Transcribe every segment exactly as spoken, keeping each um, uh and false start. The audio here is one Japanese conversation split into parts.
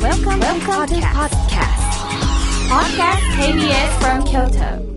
Welcome, Welcome to podcast. Podcast ケービーエス from Kyoto.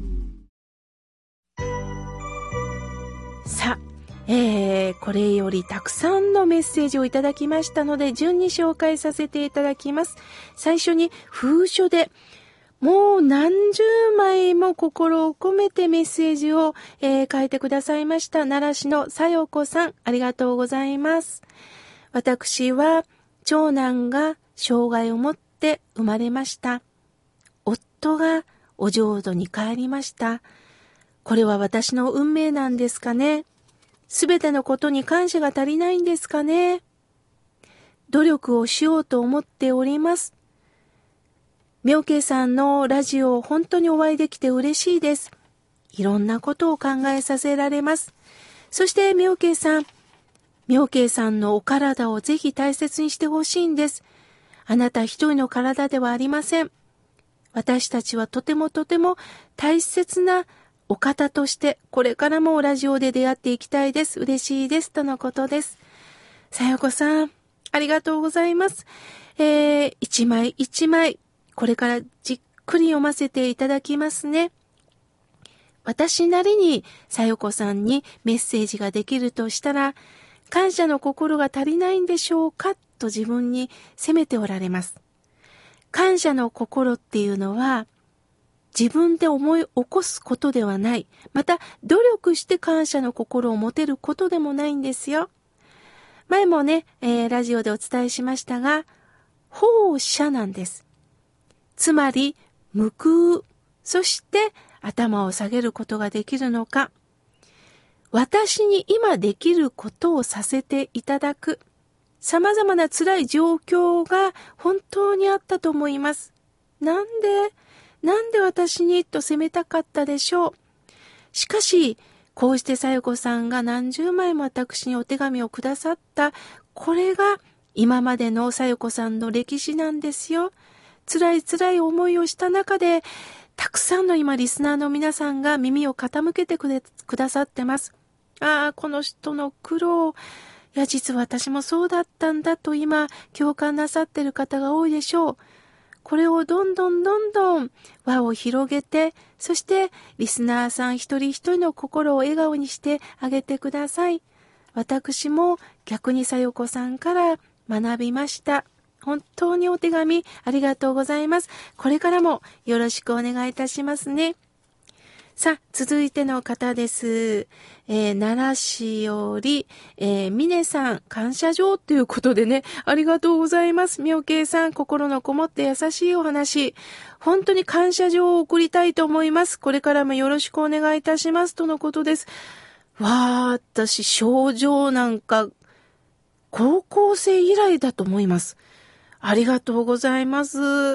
さあ、えー、これよりたくさんのメッセージをいただきましたので、順に紹介させていただきます。最初に封書で、もう何十枚も心を込めてメッセージを、えー、書いてくださいました。奈良市のさよこさん、ありがとうございます。私は長男が障害を持って生まれました。夫がお浄土に帰りました。これは私の運命なんですかね。すべてのことに感謝が足りないんですかね。努力をしようと思っております。妙慶さんのラジオ本当にお会いできて嬉しいです。いろんなことを考えさせられます。そして妙慶さん、妙慶さんのお体をぜひ大切にしてほしいんです。あなた一人の体ではありません。私たちはとてもとても大切なお方としてこれからもラジオで出会っていきたいです。嬉しいですとのことです。さよこさん、ありがとうございます。えー、一枚一枚これからじっくり読ませていただきますね。私なりにさよこさんにメッセージができるとしたら、感謝の心が足りないんでしょうかと自分に責めておられます。感謝の心っていうのは自分で思い起こすことではない。また努力して感謝の心を持てることでもないんですよ。前もね、えー、ラジオでお伝えしましたが、放射なんです。つまり無空、そして頭を下げることができるのか。私に今できることをさせていただく。様々な辛い状況が本当にあったと思います。なんで、なんで私にと責めたかったでしょう。しかし、こうしてさよこさんが何十枚も私にお手紙をくださった、これが今までのさよこさんの歴史なんですよ。辛い辛い思いをした中で、たくさんの今リスナーの皆さんが耳を傾けてくれ、くださってます。ああ、この人の苦労。いや、実は私もそうだったんだと今、共感なさってる方が多いでしょう。これをどんどんどんどん輪を広げて、そしてリスナーさん一人一人の心を笑顔にしてあげてください。私も逆にさよこさんから学びました。本当にお手紙ありがとうございます。これからもよろしくお願いいたしますね。さあ、続いての方です。えー、奈良市より、えー、峰さん、感謝状ということでね、ありがとうございます。妙慶さん、心のこもって優しいお話。本当に感謝状を送りたいと思います。これからもよろしくお願いいたします。とのことです。わー、私、症状なんか、高校生以来だと思います。ありがとうございます。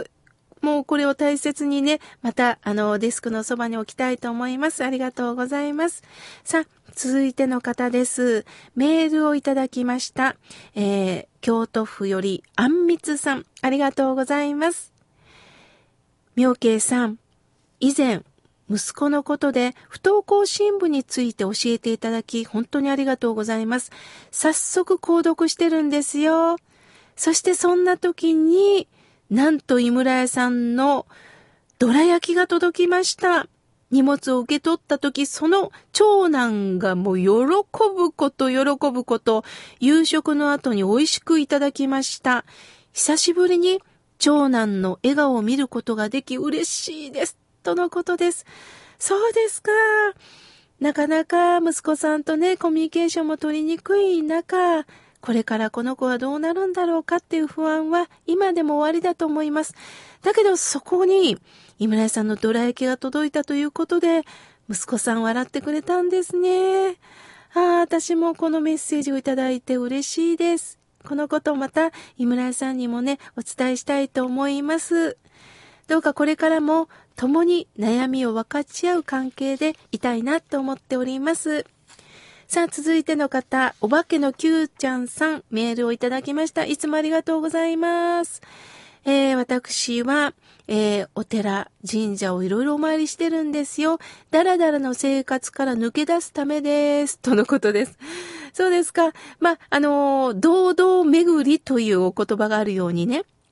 もうこれを大切にね、またあのデスクのそばに置きたいと思います。ありがとうございます。さあ、続いての方です。メールをいただきました。えー、京都府よりあんみつさん、ありがとうございます。妙慶さん、以前、息子のことで不登校新聞について教えていただき、本当にありがとうございます。早速購読してるんですよ。そしてそんな時に、なんと井村屋さんのどら焼きが届きました。荷物を受け取った時、その長男がもう喜ぶこと喜ぶこと、夕食の後に美味しくいただきました。久しぶりに長男の笑顔を見ることができ嬉しいです。とのことです。そうですか。なかなか息子さんとね、コミュニケーションも取りにくい中、これからこの子はどうなるんだろうかっていう不安は今でも終わりだと思います。だけどそこに井村屋さんのどら焼きが届いたということで、息子さん笑ってくれたんですね。ああ、私もこのメッセージをいただいて嬉しいです。このことをまた井村屋さんにもね、お伝えしたいと思います。どうかこれからも共に悩みを分かち合う関係でいたいなと思っております。さあ、続いての方、お化けの Q ちゃんさん、メールをいただきました。いつもありがとうございます。えー、私は、えー、お寺、神社をいろいろお参りしてるんですよ。だらだらの生活から抜け出すためです。とのことです。そうですか。まあ、あのー、堂々巡りというお言葉があるようにね、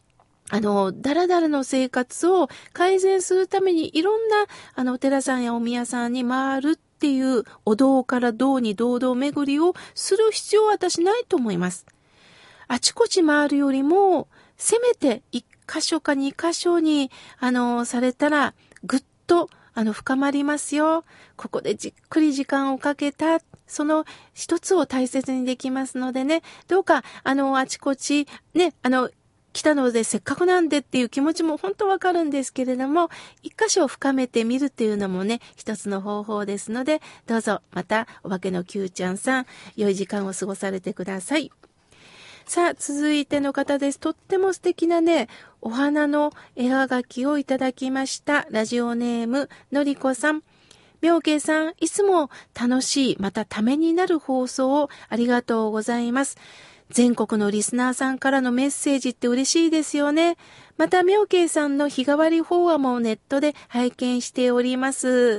あの、だらだらの生活を改善するためにいろんな、あの、お寺さんやお宮さんに回るっていうお堂から堂に堂々巡りをする必要は私ないと思います。あちこち回るよりも、せめて一箇所か二箇所に、あの、されたら、ぐっと、あの、深まりますよ。ここでじっくり時間をかけた、その一つを大切にできますのでね、どうか、あの、あちこち、ね、あの、来たのでせっかくなんでっていう気持ちも本当わかるんですけれども、一箇所を深めてみるっていうのもね、一つの方法ですので、どうぞまたお化けの Q ちゃんさん、良い時間を過ごされてください。さあ、続いての方です。とっても素敵なね、お花の絵はがきをいただきました。ラジオネーム、のりこさん。妙慶さん、いつも楽しい、またためになる放送をありがとうございます。全国のリスナーさんからのメッセージって嬉しいですよね。また、妙慶さんの日替わり法話もネットで拝見しております。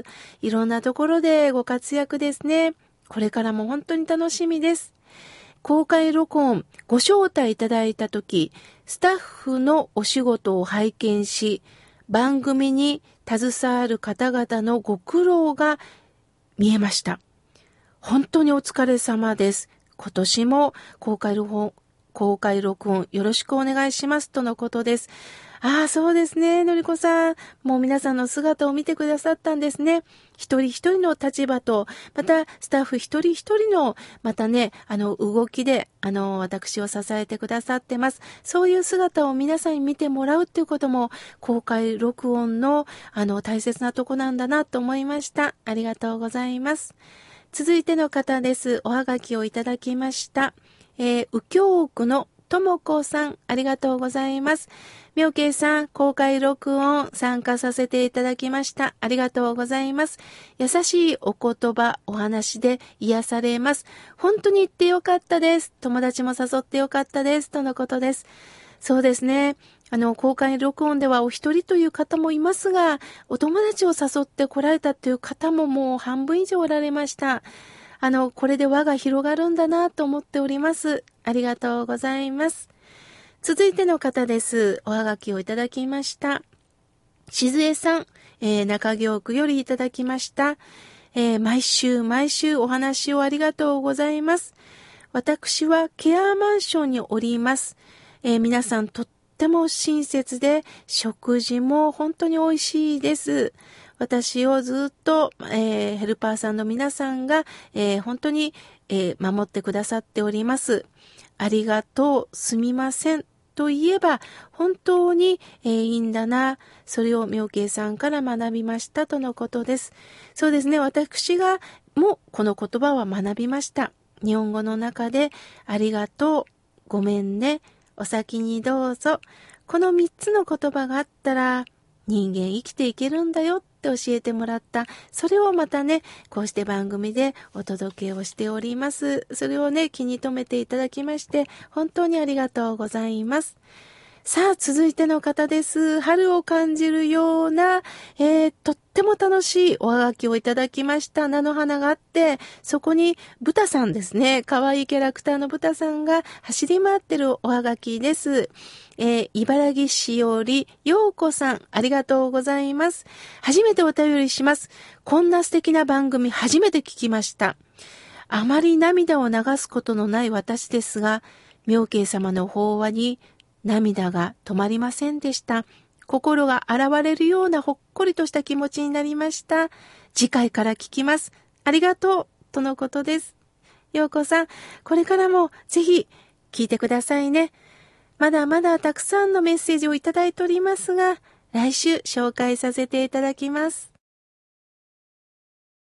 いろんなところでご活躍ですね。これからも本当に楽しみです。公開録音、ご招待いただいたとき、スタッフのお仕事を拝見し、番組に携わる方々のご苦労が見えました。本当にお疲れ様です。今年も公開録音、公開録音よろしくお願いしますとのことです。ああ、そうですね、のりこさん。もう皆さんの姿を見てくださったんですね。一人一人の立場と、またスタッフ一人一人の、またね、あの、動きで、あの、私を支えてくださってます。そういう姿を皆さんに見てもらうっていうことも、公開録音の、あの、大切なとこなんだなと思いました。ありがとうございます。続いての方です。おはがきをいただきました。えー、右京区のともこさん、ありがとうございます。妙慶さん、公開録音参加させていただきました。ありがとうございます。優しいお言葉、お話で癒されます。本当に言ってよかったです。友達も誘ってよかったです。とのことです。そうですね。あの、公開録音ではお一人という方もいますが、お友達を誘って来られたという方ももう半分以上おられました。あの、これで輪が広がるんだなと思っております。ありがとうございます。続いての方です。おはがきをいただきました。しずえさん、えー、中京区よりいただきました。えー、毎週毎週お話をありがとうございます。私はケアマンションにおります。えー、皆さんとっても親切で、食事も本当に美味しいです。私をずっと、えー、ヘルパーさんの皆さんが、えー、本当に、えー、守ってくださっております。ありがとう、すみません。といえば、本当に、えー、いいんだな。それを妙慶さんから学びましたとのことです。そうですね。私がもこの言葉は学びました。日本語の中で、ありがとう、ごめんね、お先にどうぞ。この三つの言葉があったら、人間生きていけるんだよって教えてもらった。それをまたね、こうして番組でお届けをしております。それをね、気に留めていただきまして、本当にありがとうございます。さあ、続いての方です。春を感じるような、えー、とっても楽しいおはがきをいただきました。菜の花があって、そこに豚さんですね。可愛いキャラクターの豚さんが走り回ってるおはがきです。えー、茨城市よりようこさん、ありがとうございます。初めてお便りします。こんな素敵な番組初めて聞きました。あまり涙を流すことのない私ですが、妙慶様の法話に涙が止まりませんでした。心が洗われるようなほっこりとした気持ちになりました。次回から聞きます。ありがとう。とのことです。ようこさん、これからもぜひ聞いてくださいね。まだまだたくさんのメッセージをいただいておりますが、来週紹介させていただきます。